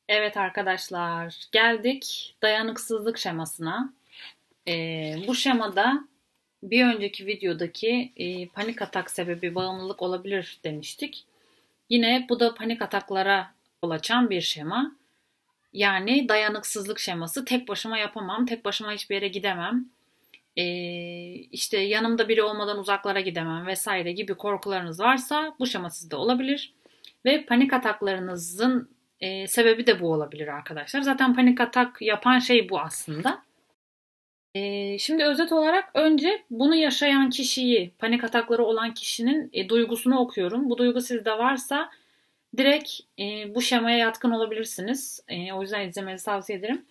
Evet arkadaşlar, geldik dayanıksızlık şemasına. Bu şemada bir önceki videodaki panik atak sebebi bağımlılık olabilir demiştik. Yine bu da panik ataklara yol açan bir şema. Yani dayanıksızlık şeması. Tek başıma yapamam, tek başıma hiçbir yere gidemem. İşte yanımda biri olmadan uzaklara gidemem vesaire gibi korkularınız varsa bu şema sizde olabilir. Ve panik ataklarınızın sebebi de bu olabilir arkadaşlar. Zaten panik atak yapan şey bu aslında. Şimdi özet olarak önce bunu yaşayan kişiyi, panik atakları olan kişinin duygusunu okuyorum. Bu duygu sizde varsa direkt bu şemaya yatkın olabilirsiniz. O yüzden izlemenizi tavsiye ederim.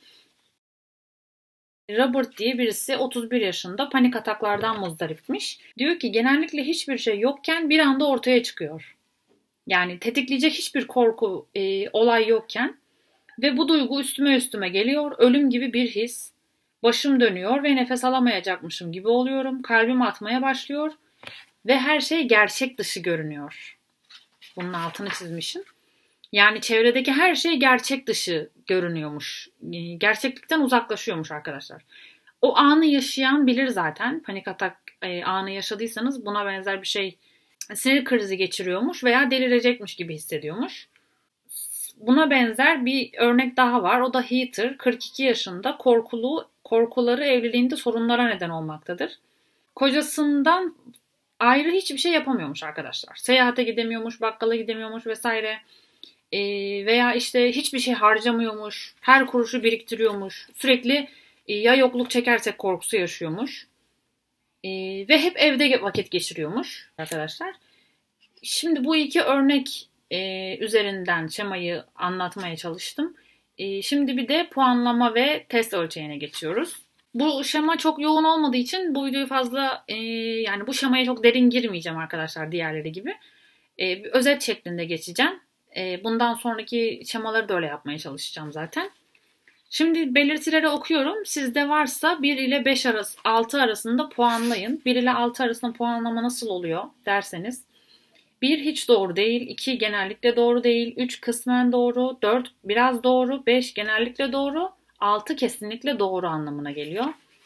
Robert diye birisi 31 yaşında panik ataklardan muzdaripmiş. Diyor ki genellikle hiçbir şey yokken bir anda ortaya çıkıyor. Yani tetikleyecek hiçbir korku, olay yokken ve bu duygu üstüme üstüme geliyor. Ölüm gibi bir his. Başım dönüyor ve nefes alamayacakmışım gibi oluyorum. Kalbim atmaya başlıyor ve her şey gerçek dışı görünüyor. Bunun altını çizmişim. Yani çevredeki her şey gerçek dışı görünüyormuş. Gerçeklikten uzaklaşıyormuş arkadaşlar. O anı yaşayan bilir zaten. Panik atak anı yaşadıysanız buna benzer bir şey, sinir krizi geçiriyormuş veya delirecekmiş gibi hissediyormuş. Buna benzer bir örnek daha var. O da Heather, 42 yaşında, korkuları evliliğinde sorunlara neden olmaktadır. Kocasından ayrı hiçbir şey yapamıyormuş arkadaşlar. Seyahate gidemiyormuş, bakkala gidemiyormuş vesaire. Veya işte hiçbir şey harcamıyormuş, her kuruşu biriktiriyormuş. Sürekli ya yokluk çekersek korkusu yaşıyormuş. Ve hep evde vakit geçiriyormuş arkadaşlar. Şimdi bu iki örnek üzerinden şemayı anlatmaya çalıştım. Şimdi bir de puanlama ve test ölçeğine geçiyoruz. Bu şema çok yoğun olmadığı için bu videoyu fazla yani bu şemaya çok derin girmeyeceğim arkadaşlar diğerleri gibi. Özet şeklinde geçeceğim. Bundan sonraki şemaları da öyle yapmaya çalışacağım zaten. Şimdi belirtileri okuyorum. Sizde varsa 1 ile 5 arası, 6 arasında puanlayın. 1 ile 6 arasında puanlama nasıl oluyor derseniz. 1 hiç doğru değil, 2 genellikle doğru değil, 3 kısmen doğru, 4 biraz doğru, 5 genellikle doğru, 6 kesinlikle doğru anlamına geliyor.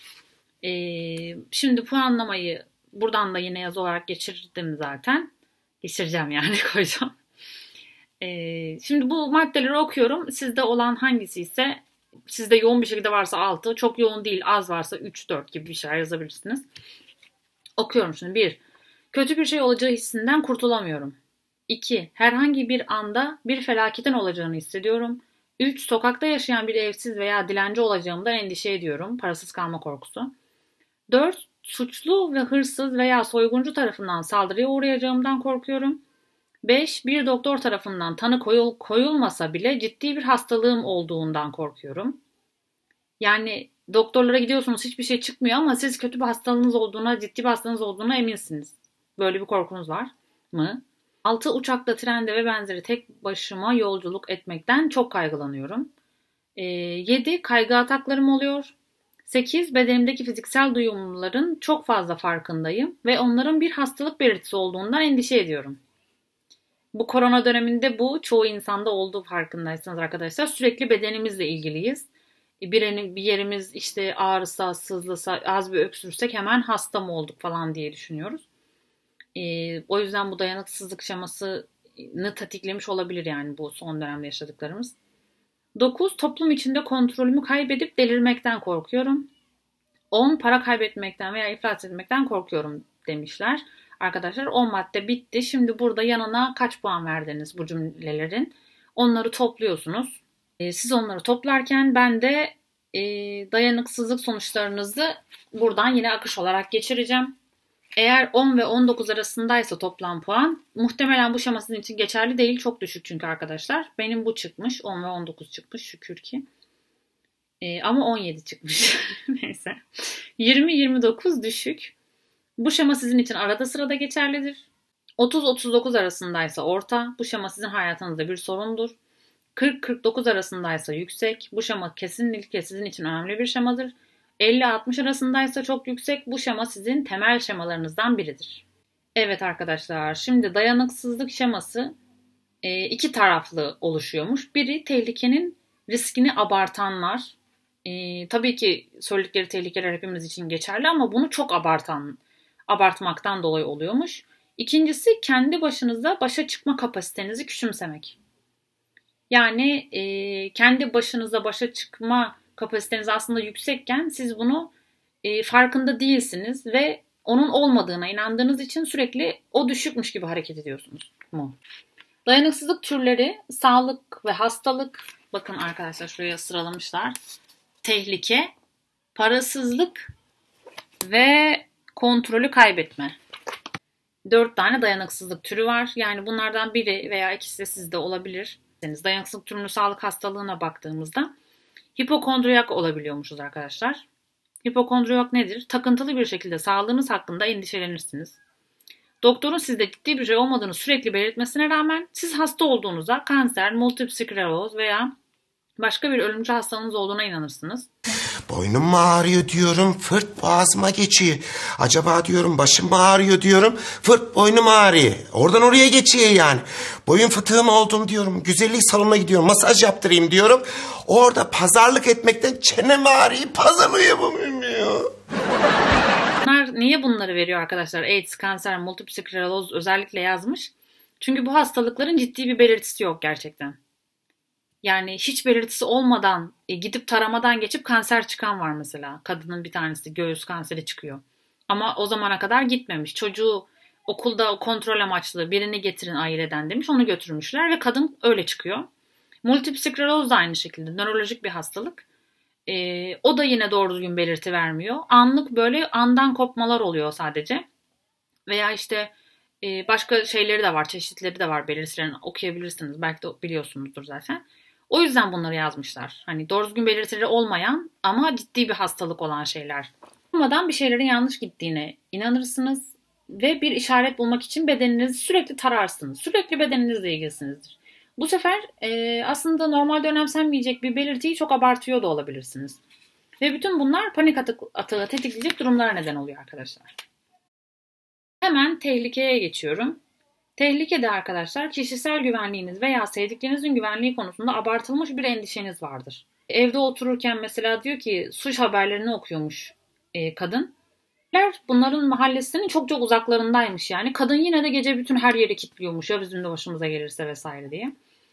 Şimdi puanlamayı buradan da yine yazı olarak geçirdim zaten. Geçireceğim yani koyacağım. Şimdi bu maddeleri okuyorum. Sizde olan hangisi ise sizde yoğun bir şekilde varsa 6, çok yoğun değil az varsa 3, 4 gibi bir şeyler yazabilirsiniz. Okuyorum şimdi. 1. Kötü bir şey olacağı hissinden kurtulamıyorum. 2. Herhangi bir anda bir felaketin olacağını hissediyorum. 3. Sokakta yaşayan bir evsiz veya dilenci olacağımdan endişe ediyorum. Parasız kalma korkusu. 4. Suçlu ve hırsız veya soyguncu tarafından saldırıya uğrayacağımdan korkuyorum. 5. Bir doktor tarafından tanı koyulmasa bile ciddi bir hastalığım olduğundan korkuyorum. Yani doktorlara gidiyorsunuz hiçbir şey çıkmıyor ama siz kötü bir hastalığınız olduğuna, ciddi bir hastalığınız olduğuna eminsiniz. Böyle bir korkunuz var mı? 6. Uçakta, trende ve benzeri tek başıma yolculuk etmekten çok kaygılanıyorum. 7. Kaygı ataklarım oluyor. 8. Bedenimdeki fiziksel duyumların çok fazla farkındayım ve onların bir hastalık belirtisi olduğundan endişe ediyorum. Bu korona döneminde bu çoğu insanda olduğu farkındaysanız arkadaşlar sürekli bedenimizle ilgiliyiz. Bir yerimiz işte ağrısa, sızlasa, az bir öksürsek hemen hasta mı olduk falan diye düşünüyoruz. O yüzden bu dayanıksızlık şemasını tetiklemiş olabilir yani bu son dönemde yaşadıklarımız. 9. Toplum içinde kontrolümü kaybedip delirmekten korkuyorum. 10. Para kaybetmekten veya iflas etmekten korkuyorum demişler. Arkadaşlar 10 madde bitti. Şimdi burada yanına kaç puan verdiniz bu cümlelerin? Onları topluyorsunuz. Siz onları toplarken ben de dayanıksızlık sonuçlarınızı buradan yine akış olarak geçireceğim. Eğer 10 ve 19 arasındaysa toplam puan muhtemelen bu şema sizin için geçerli değil. Çok düşük çünkü arkadaşlar. Benim bu çıkmış. 10 ve 19 çıkmış şükür ki. Ama 17 çıkmış. Neyse. 20-29 düşük. Bu şema sizin için arada sırada geçerlidir. 30-39 arasındaysa orta. Bu şema sizin hayatınızda bir sorundur. 40-49 arasındaysa yüksek. Bu şema kesinlikle sizin için önemli bir şemadır. 50-60 arasındaysa çok yüksek. Bu şema sizin temel şemalarınızdan biridir. Evet arkadaşlar, şimdi dayanıksızlık şeması iki taraflı oluşuyormuş. Biri tehlikenin riskini abartanlar, tabii ki söyledikleri tehlikeler hepimiz için geçerli ama bunu çok abartmaktan dolayı oluyormuş. İkincisi, kendi başınıza başa çıkma kapasitenizi küçümsemek. Yani kendi başınıza başa çıkma kapasiteniz aslında yüksekken siz bunu farkında değilsiniz ve onun olmadığına inandığınız için sürekli o düşükmüş gibi hareket ediyorsunuz mu? Dayanıksızlık türleri, sağlık ve hastalık. Bakın arkadaşlar şuraya sıralamışlar. Tehlike, parasızlık ve kontrolü kaybetme. 4 tane dayanıksızlık türü var. Yani bunlardan biri veya ikisi de sizde olabilir. Dayanıksızlık türünü sağlık hastalığına baktığımızda hipokondriyak olabiliyormuşuz arkadaşlar. Hipokondriyak nedir? Takıntılı bir şekilde sağlığınız hakkında endişelenirsiniz. Doktorun sizde ciddi bir şey olmadığını sürekli belirtmesine rağmen siz hasta olduğunuzda kanser, multiple skleroz veya başka bir ölümcül hastalığınız olduğuna inanırsınız. Boynum mu ağrıyor diyorum, fırt boğazıma geçiyor. Acaba diyorum başım mı ağrıyor diyorum, fırt boynum ağrıyor. Oradan oraya geçiyor yani. Boyun fıtığım oldum diyorum, güzellik salonuna gidiyorum, masaj yaptırayım diyorum. Orada pazarlık etmekten çenem ağrıyor, pazarlığı yapamıyorum. Bunlar niye bunları veriyor arkadaşlar? AIDS, kanser, multiple skleroz özellikle yazmış. Çünkü bu hastalıkların ciddi bir belirtisi yok gerçekten. Yani hiç belirtisi olmadan gidip taramadan geçip kanser çıkan var mesela. Kadının bir tanesi göğüs kanseri çıkıyor. Ama o zamana kadar gitmemiş. Çocuğu okulda kontrol amaçlı birini getirin aileden demiş. Onu götürmüşler ve kadın öyle çıkıyor. Multiple skleroz da aynı şekilde nörolojik bir hastalık. O da yine doğru düzgün belirti vermiyor. Anlık böyle andan kopmalar oluyor sadece. Veya işte başka şeyleri de var, çeşitleri de var belirtilerini okuyabilirsiniz. Belki de biliyorsunuzdur zaten. O yüzden bunları yazmışlar. Hani doğru düzgün belirtileri olmayan ama ciddi bir hastalık olan şeyler. Olmadan bir şeylerin yanlış gittiğine inanırsınız ve bir işaret bulmak için bedeninizi sürekli tararsınız. Sürekli bedeninizle ilgilisinizdir. Bu sefer aslında normalde önemsenmeyecek bir belirtiyi çok abartıyor da olabilirsiniz. Ve bütün bunlar panik atağı tetikleyecek durumlara neden oluyor arkadaşlar. Hemen tehlikeye geçiyorum. Tehlikede arkadaşlar kişisel güvenliğiniz veya sevdiklerinizin güvenliği konusunda abartılmış bir endişeniz vardır. Evde otururken mesela diyor ki suç haberlerini okuyormuş kadın. Bunların mahallesinin çok çok uzaklarındaymış yani. Kadın yine de gece bütün her yeri kilitliyormuş ya bizim de başımıza gelirse vesaire diye.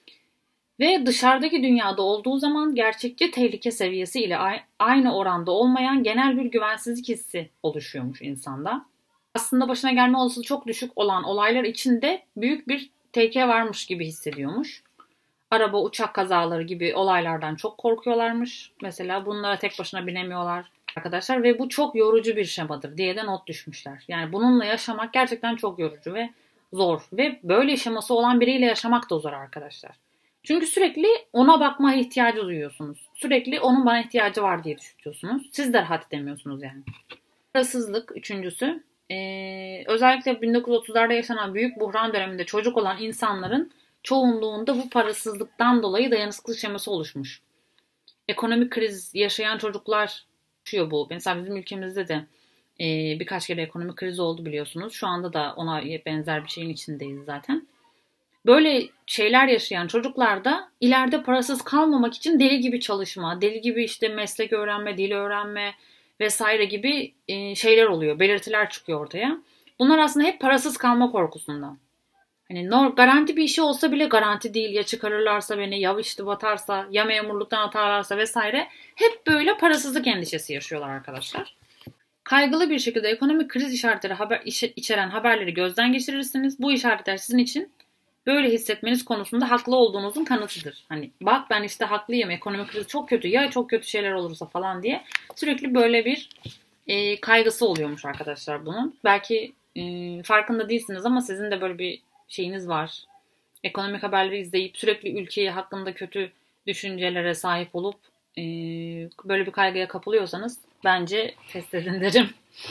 Ve dışarıdaki dünyada olduğu zaman gerçekçi tehlike seviyesi ile aynı oranda olmayan genel bir güvensizlik hissi oluşuyormuş insanda. Aslında başına gelme olasılığı çok düşük olan olaylar içinde büyük bir tehlike varmış gibi hissediyormuş. Araba, uçak kazaları gibi olaylardan çok korkuyorlarmış. Mesela bunlara tek başına binemiyorlar arkadaşlar ve bu çok yorucu bir şemadır diye de not düşmüşler. Yani bununla yaşamak gerçekten çok yorucu ve zor ve böyle şeması olan biriyle yaşamak da zor arkadaşlar. Çünkü sürekli ona bakma ihtiyacı duyuyorsunuz. Sürekli onun bana ihtiyacı var diye düşünüyorsunuz. Siz de rahat edemiyorsunuz yani. Parasızlık üçüncüsü. Özellikle 1930'larda yaşanan büyük buhran döneminde çocuk olan insanların çoğunluğunda bu parasızlıktan dolayı dayanıklılık şeması oluşmuş. Ekonomik kriz yaşayan çocuklar yaşıyor bu. Mesela bizim ülkemizde de birkaç kere ekonomik kriz oldu biliyorsunuz. Şu anda da ona benzer bir şeyin içindeyiz zaten. Böyle şeyler yaşayan çocuklar da ileride parasız kalmamak için deli gibi çalışma, deli gibi işte meslek öğrenme, dil öğrenme vesaire gibi şeyler oluyor. Belirtiler çıkıyor ortaya. Bunlar aslında hep parasız kalma korkusundan. Hani garanti bir işi olsa bile garanti değil. Ya çıkarırlarsa beni, ya işte batarsa, ya memurluktan atarlarsa vesaire. Hep böyle parasızlık endişesi yaşıyorlar arkadaşlar. Kaygılı bir şekilde ekonomik kriz işaretleri içeren haberleri gözden geçirirsiniz. Bu işaretler sizin için böyle hissetmeniz konusunda haklı olduğunuzun kanıtıdır. Hani bak ben işte haklıyım, ekonomik kriz çok kötü ya çok kötü şeyler olursa falan diye sürekli böyle bir kaygısı oluyormuş arkadaşlar bunun. Belki farkında değilsiniz ama sizin de böyle bir şeyiniz var. Ekonomik haberleri izleyip sürekli ülkeyi hakkında kötü düşüncelere sahip olup böyle bir kaygıya kapılıyorsanız bence test edin derim.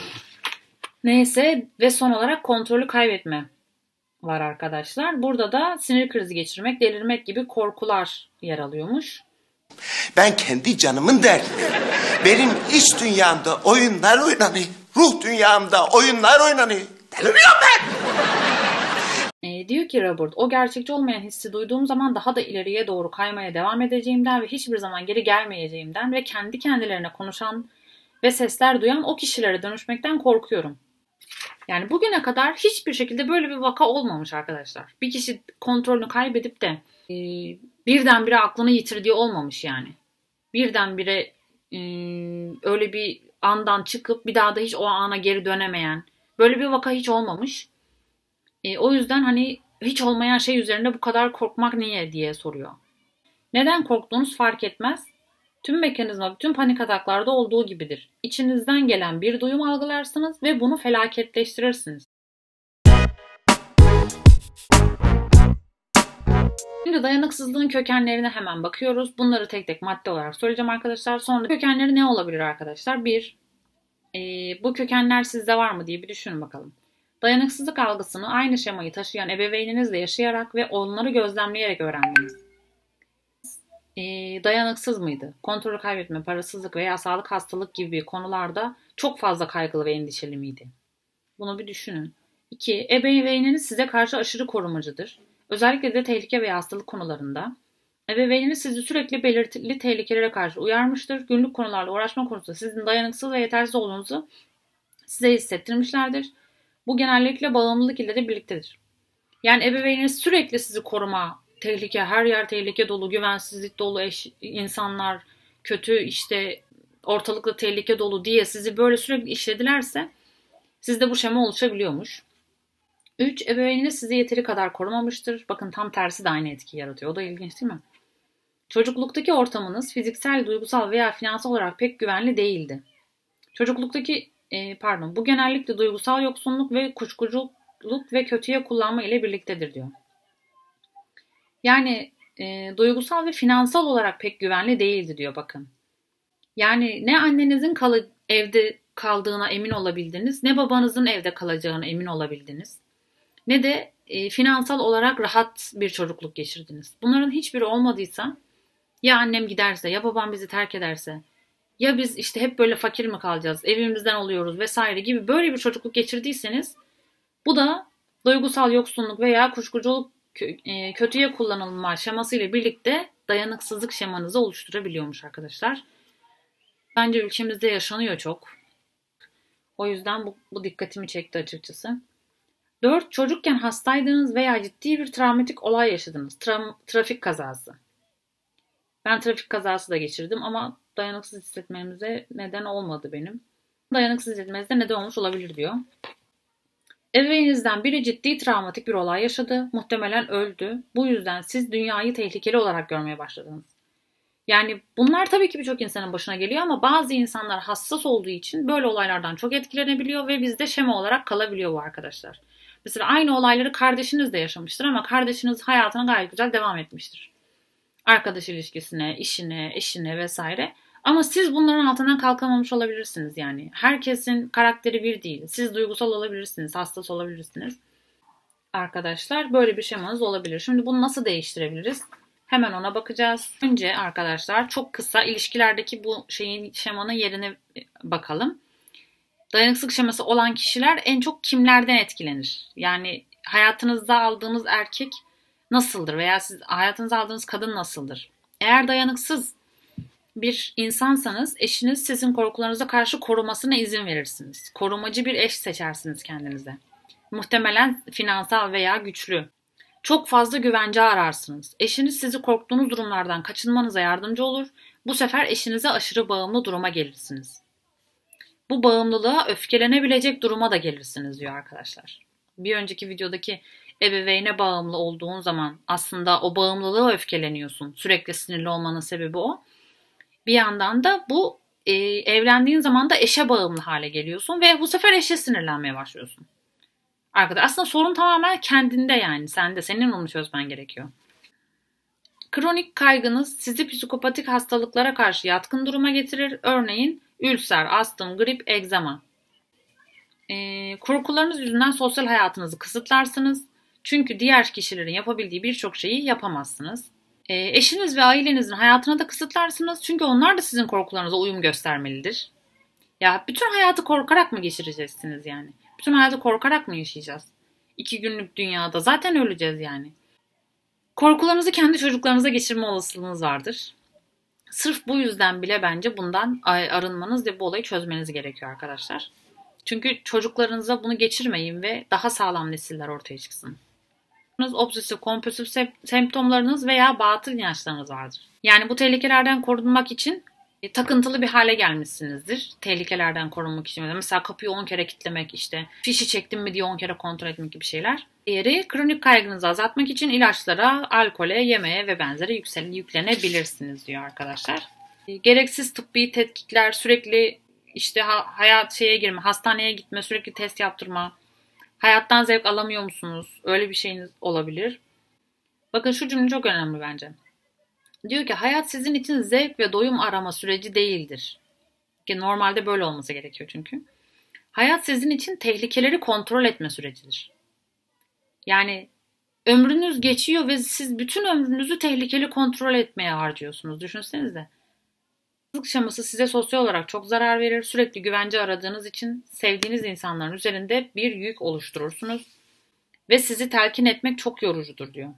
Neyse ve son olarak kontrolü kaybetme var arkadaşlar. Burada da sinir krizi geçirmek, delirmek gibi korkular yer alıyormuş. Ben kendi canımın derdindeyim. Benim iç dünyamda oyunlar oynanıyor. Ruh dünyamda oyunlar oynanıyor. Deliriyorum ben. Diyor ki Robert, o gerçekçi olmayan hissi duyduğum zaman daha da ileriye doğru kaymaya devam edeceğimden ve hiçbir zaman geri gelmeyeceğimden ve kendi kendilerine konuşan ve sesler duyan o kişilere dönüşmekten korkuyorum. Yani bugüne kadar hiçbir şekilde böyle bir vaka olmamış arkadaşlar. Bir kişi kontrolünü kaybedip de birdenbire aklını yitirdiği olmamış yani. Birdenbire öyle bir andan çıkıp bir daha da hiç o ana geri dönemeyen böyle bir vaka hiç olmamış. O yüzden hani hiç olmayan şey üzerinde bu kadar korkmak niye diye soruyor. Neden korktuğunuz fark etmez. Tüm mekanizma bütün panik ataklarda olduğu gibidir. İçinizden gelen bir duyum algılarsınız ve bunu felaketleştirirsiniz. Şimdi dayanıksızlığın kökenlerine hemen bakıyoruz. Bunları tek tek madde olarak söyleyeceğim arkadaşlar. Sonra kökenleri ne olabilir arkadaşlar? Bu kökenler sizde var mı diye bir düşünün bakalım. Dayanıksızlık algısını aynı şemayı taşıyan ebeveyninizle yaşayarak ve onları gözlemleyerek öğrendiniz. Dayanıksız mıydı? Kontrolü kaybetme, parasızlık veya sağlık hastalık gibi konularda çok fazla kaygılı ve endişeli miydi? Bunu bir düşünün. 2. Ebeveyniniz size karşı aşırı korumacıdır. Özellikle de tehlike veya hastalık konularında. Ebeveyniniz sizi sürekli belirtili tehlikelere karşı uyarmıştır. Günlük konularla uğraşma konusunda sizin dayanıksız ve yetersiz olduğunuzu size hissettirmişlerdir. Bu genellikle bağımlılık ile de birliktedir. Yani ebeveyniniz sürekli sizi koruma, tehlike, her yer tehlike dolu, güvensizlik dolu, insanlar kötü, işte ortalıkta tehlike dolu diye sizi böyle sürekli işledilerse sizde bu şema oluşabiliyormuş. 3. Ebeveyniniz sizi yeteri kadar korumamıştır. Bakın tam tersi de aynı etki yaratıyor. O da ilginç değil mi? Çocukluktaki ortamınız fiziksel, duygusal veya finansal olarak pek güvenli değildi. Bu genellikle duygusal yoksunluk ve kuşkuculuk ve kötüye kullanma ile birliktedir diyor. Yani duygusal ve finansal olarak pek güvenli değildi diyor bakın. Yani ne annenizin evde kaldığına emin olabildiniz, ne babanızın evde kalacağına emin olabildiniz, ne de finansal olarak rahat bir çocukluk geçirdiniz. Bunların hiçbiri olmadıysa ya annem giderse, ya babam bizi terk ederse, ya biz işte hep böyle fakir mi kalacağız, evimizden oluyoruz vesaire gibi böyle bir çocukluk geçirdiyseniz bu da duygusal yoksunluk veya kuşkuculuk kötüye kullanılma şeması ile birlikte dayanıksızlık şemanızı oluşturabiliyormuş arkadaşlar. Bence ülkemizde yaşanıyor çok. O yüzden bu dikkatimi çekti açıkçası. 4. Çocukken hastaydınız veya ciddi bir travmatik olay yaşadınız. Trafik kazası. Ben trafik kazası da geçirdim ama dayanıksız hissetmemize neden olmadı benim. Dayanıksız hissetmenize neden olmuş olabilir diyor. Ebeveyninizden biri ciddi travmatik bir olay yaşadı. Muhtemelen öldü. Bu yüzden siz dünyayı tehlikeli olarak görmeye başladınız. Yani bunlar tabii ki birçok insanın başına geliyor ama bazı insanlar hassas olduğu için böyle olaylardan çok etkilenebiliyor ve bizde şema olarak kalabiliyor bu arkadaşlar. Mesela aynı olayları kardeşiniz de yaşamıştır ama kardeşiniz hayatına gayet güzel devam etmiştir. Arkadaş ilişkisine, işine, eşine vesaire. Ama siz bunların altından kalkamamış olabilirsiniz yani. Herkesin karakteri bir değil. Siz duygusal olabilirsiniz, hassas olabilirsiniz. Arkadaşlar böyle bir şemanız olabilir. Şimdi bunu nasıl değiştirebiliriz? Hemen ona bakacağız. Önce arkadaşlar çok kısa ilişkilerdeki bu şemanın yerine bakalım. Dayanıksızlık şeması olan kişiler en çok kimlerden etkilenir? Yani hayatınızda aldığınız erkek nasıldır veya siz hayatınıza aldığınız kadın nasıldır? Eğer dayanıksız bir insansanız eşiniz sizin korkularınıza karşı korumasına izin verirsiniz. Korumacı bir eş seçersiniz kendinize. Muhtemelen finansal veya güçlü. Çok fazla güvence ararsınız. Eşiniz sizi korktuğunuz durumlardan kaçınmanıza yardımcı olur. Bu sefer eşinize aşırı bağımlı duruma gelirsiniz. Bu bağımlılığa öfkelenebilecek duruma da gelirsiniz diyor arkadaşlar. Bir önceki videodaki ebeveyne bağımlı olduğun zaman aslında o bağımlılığa öfkeleniyorsun. Sürekli sinirli olmanın sebebi o. Bir yandan da bu evlendiğin zaman da eşe bağımlı hale geliyorsun ve bu sefer eşe sinirlenmeye başlıyorsun. Arkadaşlar aslında sorun tamamen kendinde yani. Senin onu çözmen gerekiyor. Kronik kaygınız sizi psikopatik hastalıklara karşı yatkın duruma getirir. Örneğin ülser, astım, grip, egzama. Korkularınız yüzünden sosyal hayatınızı kısıtlarsınız. Çünkü diğer kişilerin yapabildiği birçok şeyi yapamazsınız. Eşiniz ve ailenizin hayatına da kısıtlarsınız. Çünkü onlar da sizin korkularınıza uyum göstermelidir. Ya bütün hayatı korkarak mı geçireceksiniz yani? Bütün hayatı korkarak mı yaşayacağız? 2 günlük dünyada. Zaten öleceğiz yani. Korkularınızı kendi çocuklarınıza geçirme olasılığınız vardır. Sırf bu yüzden bile bence bundan arınmanız ve bu olayı çözmeniz gerekiyor arkadaşlar. Çünkü çocuklarınıza bunu geçirmeyin ve daha sağlam nesiller ortaya çıksın. Obsesif kompulsif semptomlarınız veya batıl inançlarınız vardır. Yani bu tehlikelerden korunmak için takıntılı bir hale gelmişsinizdir. Tehlikelerden korunmak için. Mesela kapıyı 10 kere kilitlemek, işte fişi çektim mi diye 10 kere kontrol etmek gibi şeyler. Diğeri kronik kaygınızı azaltmak için ilaçlara, alkole, yemeğe ve benzeri yüklenebilirsiniz diyor arkadaşlar. Gereksiz tıbbi tetkikler, sürekli işte hastaneye gitme, sürekli test yaptırma, hayattan zevk alamıyor musunuz? Öyle bir şeyiniz olabilir. Bakın şu cümle çok önemli bence. Diyor ki hayat sizin için zevk ve doyum arama süreci değildir. Ki normalde böyle olması gerekiyor çünkü. Hayat sizin için tehlikeleri kontrol etme sürecidir. Yani ömrünüz geçiyor ve siz bütün ömrünüzü tehlikeli kontrol etmeye harcıyorsunuz. Düşünsenize. Kızlık şeması size sosyal olarak çok zarar verir. Sürekli güvence aradığınız için sevdiğiniz insanların üzerinde bir yük oluşturursunuz. Ve sizi telkin etmek çok yorucudur diyor.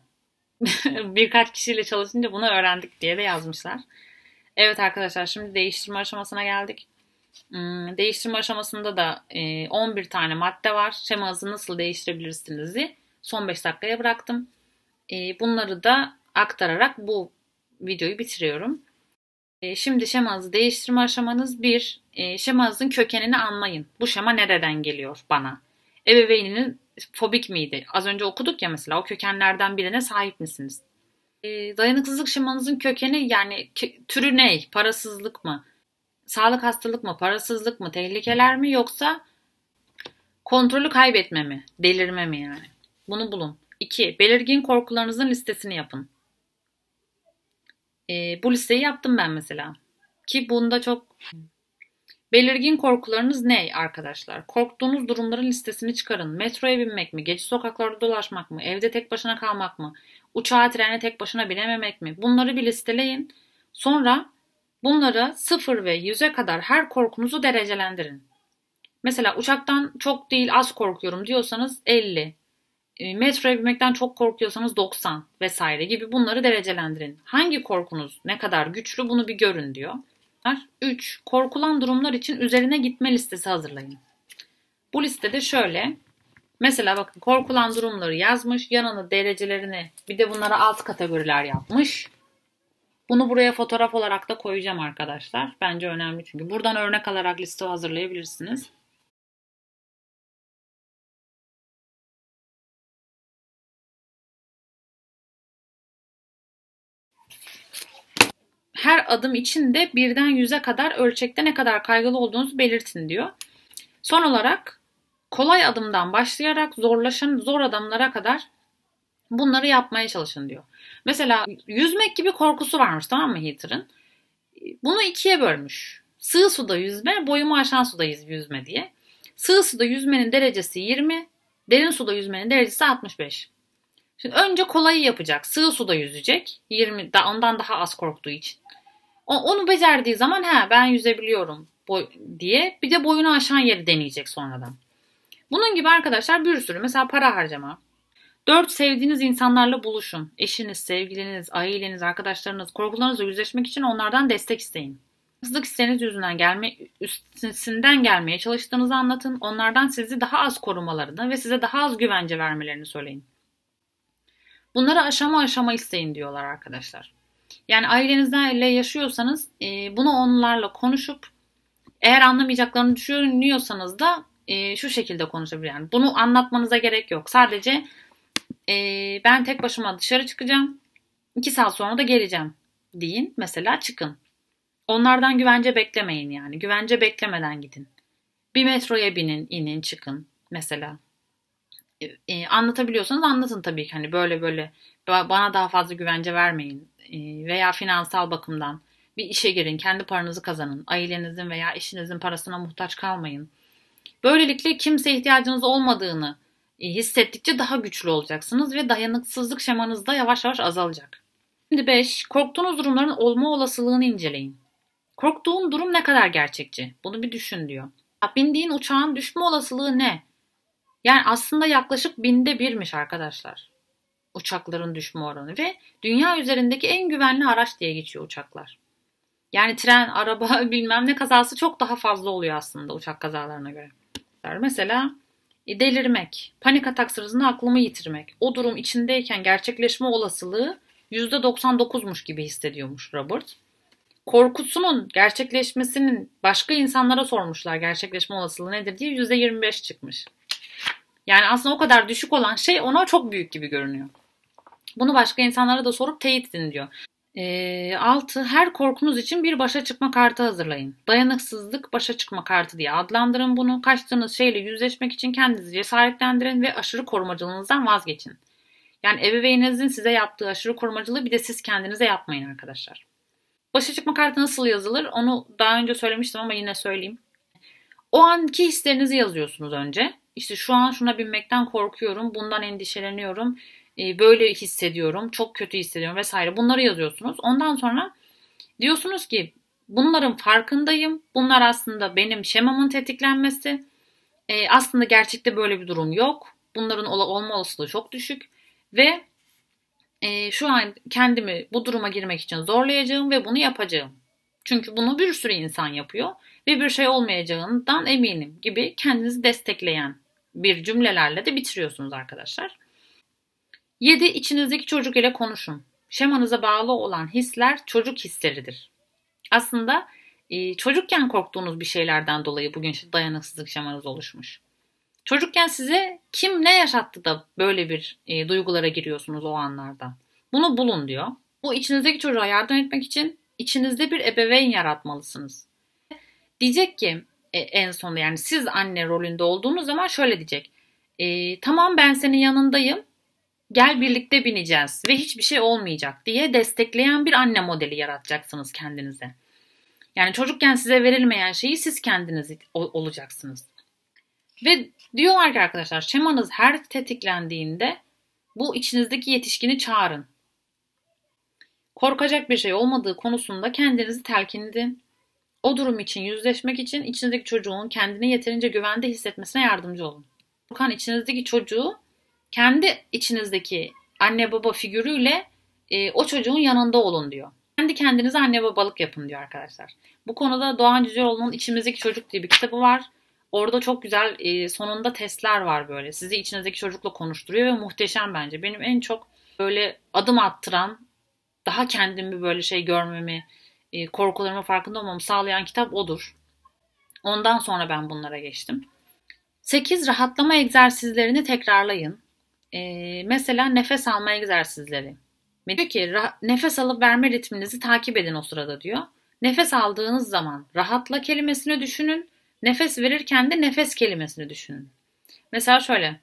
Birkaç kişiyle çalışınca bunu öğrendik diye de yazmışlar. Evet arkadaşlar, şimdi değiştirme aşamasına geldik. Değiştirme aşamasında da 11 tane madde var. Şemanızı nasıl değiştirebilirsiniz'i son 5 dakikaya bıraktım. Bunları da aktararak bu videoyu bitiriyorum. Şimdi şemanızı değiştirme aşamanız 1. Şemanızın kökenini anlayın. Bu şema nereden geliyor bana? Ebeveyninin fobik miydi? Az önce okuduk ya mesela, o kökenlerden birine sahip misiniz? Dayanıksızlık şemanızın kökeni, yani türü ne? Parasızlık mı? Sağlık hastalık mı? Parasızlık mı? Tehlikeler mi? Yoksa kontrolü kaybetme mi? Delirme mi yani? Bunu bulun. 2. Belirgin korkularınızın listesini yapın. Bu listeyi yaptım ben mesela. Ki bunda çok... Belirgin korkularınız ne arkadaşlar? Korktuğunuz durumların listesini çıkarın. Metroya binmek mi? Gece sokaklarda dolaşmak mı? Evde tek başına kalmak mı? Uçağa, trene tek başına binememek mi? Bunları bir listeleyin. Sonra bunları 0 ve 100'e kadar her korkunuzu derecelendirin. Mesela uçaktan çok değil az korkuyorum diyorsanız 50. Metroya binmekten çok korkuyorsanız 90 vesaire gibi bunları derecelendirin. Hangi korkunuz ne kadar güçlü bunu bir görün diyor. 3. Korkulan durumlar için üzerine gitme listesi hazırlayın. Bu listede şöyle. Mesela bakın, korkulan durumları yazmış. Yanına derecelerini, bir de bunlara alt kategoriler yapmış. Bunu buraya fotoğraf olarak da koyacağım arkadaşlar. Bence önemli çünkü. Buradan örnek alarak liste hazırlayabilirsiniz. Her adım için de 1'den 100'e kadar ölçekte ne kadar kaygılı olduğunuzu belirtin diyor. Son olarak kolay adımdan başlayarak zor adımlara kadar bunları yapmaya çalışın diyor. Mesela yüzmek gibi korkusu varmış, tamam mı Heather'ın? Bunu 2'ye bölmüş. Sığ suda yüzme, boyumu aşan suda yüzme diye. Sığ suda yüzmenin derecesi 20, derin suda yüzmenin derecesi 65. Şimdi önce kolayı yapacak. Sığ suda yüzecek. 20, ondan daha az korktuğu için. Onu becerdiği zaman ben yüzebiliyorum diye bir de boyunu aşan yeri deneyecek sonradan. Bunun gibi arkadaşlar bir sürü, mesela para harcama. 4. Sevdiğiniz insanlarla buluşun. Eşiniz, sevgiliniz, aileniz, arkadaşlarınız, korkularınızla yüzleşmek için onlardan destek isteyin. Hızlık isteğiniz yüzünden üstesinden gelmeye çalıştığınızı anlatın. Onlardan sizi daha az korumalarını ve size daha az güvence vermelerini söyleyin. Bunları aşama aşama isteyin diyorlar arkadaşlar. Yani ailenizle yaşıyorsanız bunu onlarla konuşup, eğer anlamayacaklarını düşünüyorsanız da şu şekilde konuşabilir. Yani bunu anlatmanıza gerek yok. Sadece ben tek başıma dışarı çıkacağım. 2 saat sonra da geleceğim deyin. Mesela çıkın. Onlardan güvence beklemeyin yani. Güvence beklemeden gidin. Bir metroya binin, inin, çıkın mesela. Anlatabiliyorsanız anlatın tabii ki. Hani böyle bana daha fazla güvence vermeyin. Veya finansal bakımdan bir işe girin, kendi paranızı kazanın. Ailenizin veya eşinizin parasına muhtaç kalmayın. Böylelikle kimseye ihtiyacınız olmadığını hissettikçe daha güçlü olacaksınız ve dayanıksızlık şemanız da yavaş yavaş azalacak. Şimdi 5. Korktuğunuz durumların olma olasılığını inceleyin. Korktuğun durum ne kadar gerçekçi? Bunu bir düşün diyor. Bindiğin uçağın düşme olasılığı ne? Yani aslında yaklaşık 1/1000'miş arkadaşlar uçakların düşme oranı ve dünya üzerindeki en güvenli araç diye geçiyor uçaklar. Yani tren, araba bilmem ne kazası çok daha fazla oluyor aslında uçak kazalarına göre. Mesela delirmek, panik atak sırasında aklımı yitirmek. O durum içindeyken gerçekleşme olasılığı %99'muş gibi hissediyormuş Robert. Korkusunun gerçekleşmesinin başka insanlara sormuşlar gerçekleşme olasılığı nedir diye %25 çıkmış. Yani aslında o kadar düşük olan şey ona çok büyük gibi görünüyor. Bunu başka insanlara da sorup teyit edin diyor. 6. Her korkunuz için bir başa çıkma kartı hazırlayın. Dayanıksızlık başa çıkma kartı diye adlandırın bunu. Kaçtığınız şeyle yüzleşmek için kendinizi cesaretlendirin ve aşırı korumacılığınızdan vazgeçin. Yani ebeveyninizin size yaptığı aşırı korumacılığı bir de siz kendinize yapmayın arkadaşlar. Başa çıkma kartı nasıl yazılır? Onu daha önce söylemiştim ama yine söyleyeyim. O anki hislerinizi yazıyorsunuz önce. İşte şu an şuna binmekten korkuyorum, bundan endişeleniyorum, böyle hissediyorum, çok kötü hissediyorum vesaire. Bunları yazıyorsunuz. Ondan sonra diyorsunuz ki bunların farkındayım. Bunlar aslında benim şemamın tetiklenmesi. Aslında gerçekte böyle bir durum yok. Bunların olma olasılığı çok düşük. Ve şu an kendimi bu duruma girmek için zorlayacağım ve bunu yapacağım. Çünkü bunu bir sürü insan yapıyor ve bir şey olmayacağından eminim gibi kendinizi destekleyen bir cümlelerle de bitiriyorsunuz arkadaşlar. 7. İçinizdeki çocuk ile konuşun. Şemanıza bağlı olan hisler çocuk hisleridir. Aslında çocukken korktuğunuz bir şeylerden dolayı bugün dayanıksızlık şemanız oluşmuş. Çocukken size kim ne yaşattı da böyle bir duygulara giriyorsunuz o anlarda. Bunu bulun diyor. Bu içinizdeki çocuğa yardım etmek için içinizde bir ebeveyn yaratmalısınız. Diyecek ki en sonunda yani siz anne rolünde olduğunuz zaman şöyle diyecek. Tamam ben senin yanındayım. Gel birlikte bineceğiz ve hiçbir şey olmayacak diye destekleyen bir anne modeli yaratacaksınız kendinize. Yani çocukken size verilmeyen şeyi siz kendiniz olacaksınız. Ve diyorlar ki arkadaşlar şemanız her tetiklendiğinde bu içinizdeki yetişkini çağırın. Korkacak bir şey olmadığı konusunda kendinizi telkin edin. O durum için yüzleşmek için içinizdeki çocuğun kendini yeterince güvende hissetmesine yardımcı olun. Korkan içinizdeki çocuğu kendi içinizdeki anne baba figürüyle o çocuğun yanında olun diyor. Kendi kendinize anne babalık yapın diyor arkadaşlar. Bu konuda Doğan Cüceloğlu'nun İçimizdeki Çocuk diye bir kitabı var. Orada çok güzel sonunda testler var böyle. Sizi içinizdeki çocukla konuşturuyor ve muhteşem bence. Benim en çok böyle adım attıran, daha kendimi böyle şey görmemi, korkularımın farkında olmamı sağlayan kitap odur. Ondan sonra ben bunlara geçtim. 8. Rahatlama egzersizlerini tekrarlayın. Mesela nefes alma egzersizleri. Diyor ki nefes alıp verme ritminizi takip edin o sırada diyor. Nefes aldığınız zaman rahatla kelimesini düşünün. Nefes verirken de nefes kelimesini düşünün. Mesela şöyle.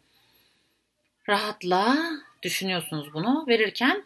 Rahatla düşünüyorsunuz bunu. Verirken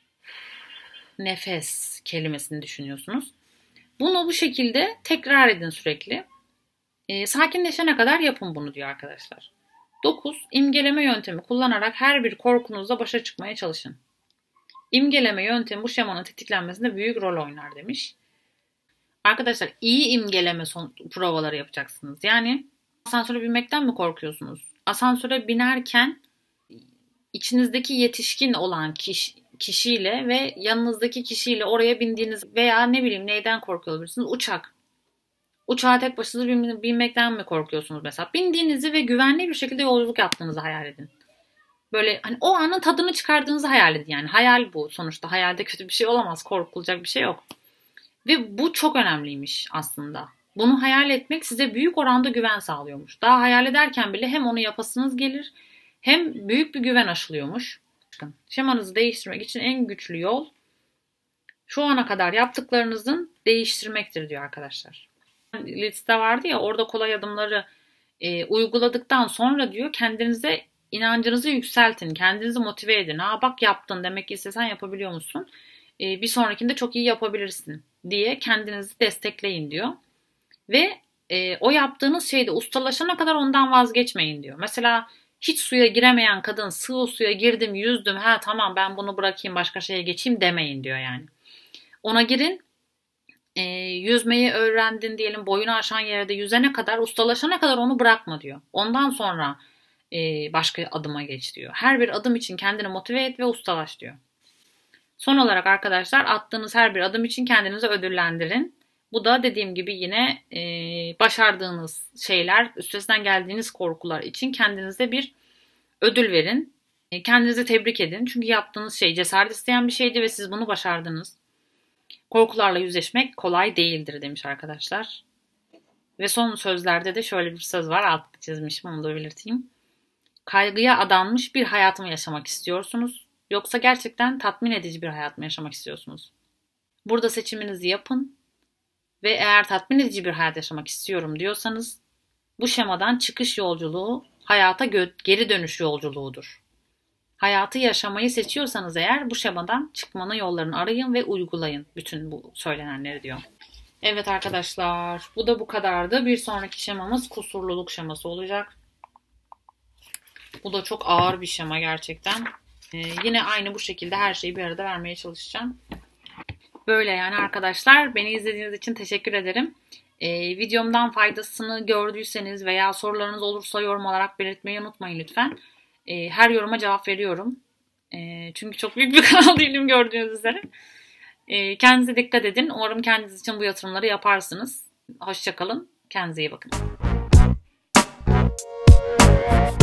nefes kelimesini düşünüyorsunuz. Bunu bu şekilde tekrar edin sürekli. Sakinleşene kadar yapın bunu diyor arkadaşlar. 9. İmgeleme yöntemi kullanarak her bir korkunuzla başa çıkmaya çalışın. İmgeleme yöntemi bu şemanın tetiklenmesinde büyük rol oynar demiş. Arkadaşlar iyi imgeleme provaları yapacaksınız. Yani asansöre binmekten mi korkuyorsunuz? Asansöre binerken içinizdeki yetişkin olan kişiyle ve yanınızdaki kişiyle oraya bindiğiniz veya ne bileyim neyden korkuyor olabilirsiniz? Uçak. Uçağa tek başınıza binmekten mi korkuyorsunuz mesela? Bindiğinizi ve güvenli bir şekilde yolculuk yaptığınızı hayal edin. Böyle hani o anın tadını çıkardığınızı hayal edin yani. Hayal bu sonuçta. Hayalde kötü bir şey olamaz. Korkulacak bir şey yok. Ve bu çok önemliymiş aslında. Bunu hayal etmek size büyük oranda güven sağlıyormuş. Daha hayal ederken bile hem onu yapasınız gelir hem büyük bir güven aşılıyormuş. Şemanızı değiştirmek için en güçlü yol şu ana kadar yaptıklarınızın değiştirmektir diyor arkadaşlar. Liste vardı ya orada kolay adımları uyguladıktan sonra diyor kendinize inancınızı yükseltin. Kendinizi motive edin. Bak yaptın demek ki istesen yapabiliyor musun? Bir sonrakinde çok iyi yapabilirsin diye kendinizi destekleyin diyor. Ve o yaptığınız şeyde ustalaşana kadar ondan vazgeçmeyin diyor. Mesela hiç suya giremeyen kadın sığ suya girdim yüzdüm tamam ben bunu bırakayım başka şeye geçeyim demeyin diyor yani. Ona girin yüzmeyi öğrendin diyelim boyunu aşan yerde yüzene kadar ustalaşana kadar onu bırakma diyor. Ondan sonra başka adıma geç diyor. Her bir adım için kendini motive et ve ustalaş diyor. Son olarak arkadaşlar attığınız her bir adım için kendinizi ödüllendirin. Bu da dediğim gibi yine başardığınız şeyler, üstesinden geldiğiniz korkular için kendinize bir ödül verin. Kendinizi tebrik edin. Çünkü yaptığınız şey cesaret isteyen bir şeydi ve siz bunu başardınız. Korkularla yüzleşmek kolay değildir demiş arkadaşlar. Ve son sözlerde de şöyle bir söz var. Altını çizmişim, onu da belirteyim. Kaygıya adanmış bir hayat mı yaşamak istiyorsunuz? Yoksa gerçekten tatmin edici bir hayat mı yaşamak istiyorsunuz? Burada seçiminizi yapın. Ve eğer tatmin edici bir hayat yaşamak istiyorum diyorsanız bu şemadan çıkış yolculuğu hayata geri dönüş yolculuğudur. Hayatı yaşamayı seçiyorsanız eğer bu şemadan çıkmanın yollarını arayın ve uygulayın bütün bu söylenenleri diyor. Evet arkadaşlar, bu da bu kadardı. Bir sonraki şemamız kusurluluk şeması olacak. Bu da çok ağır bir şema gerçekten. Yine aynı bu şekilde her şeyi bir arada vermeye çalışacağım. Böyle yani arkadaşlar. Beni izlediğiniz için teşekkür ederim. Videomdan faydasını gördüyseniz veya sorularınız olursa yorum olarak belirtmeyi unutmayın lütfen. Her yoruma cevap veriyorum. Çünkü çok büyük bir kanal değilim gördüğünüz üzere. Kendinize dikkat edin. Umarım kendiniz için bu yatırımları yaparsınız. Hoşça kalın. Kendinize iyi bakın.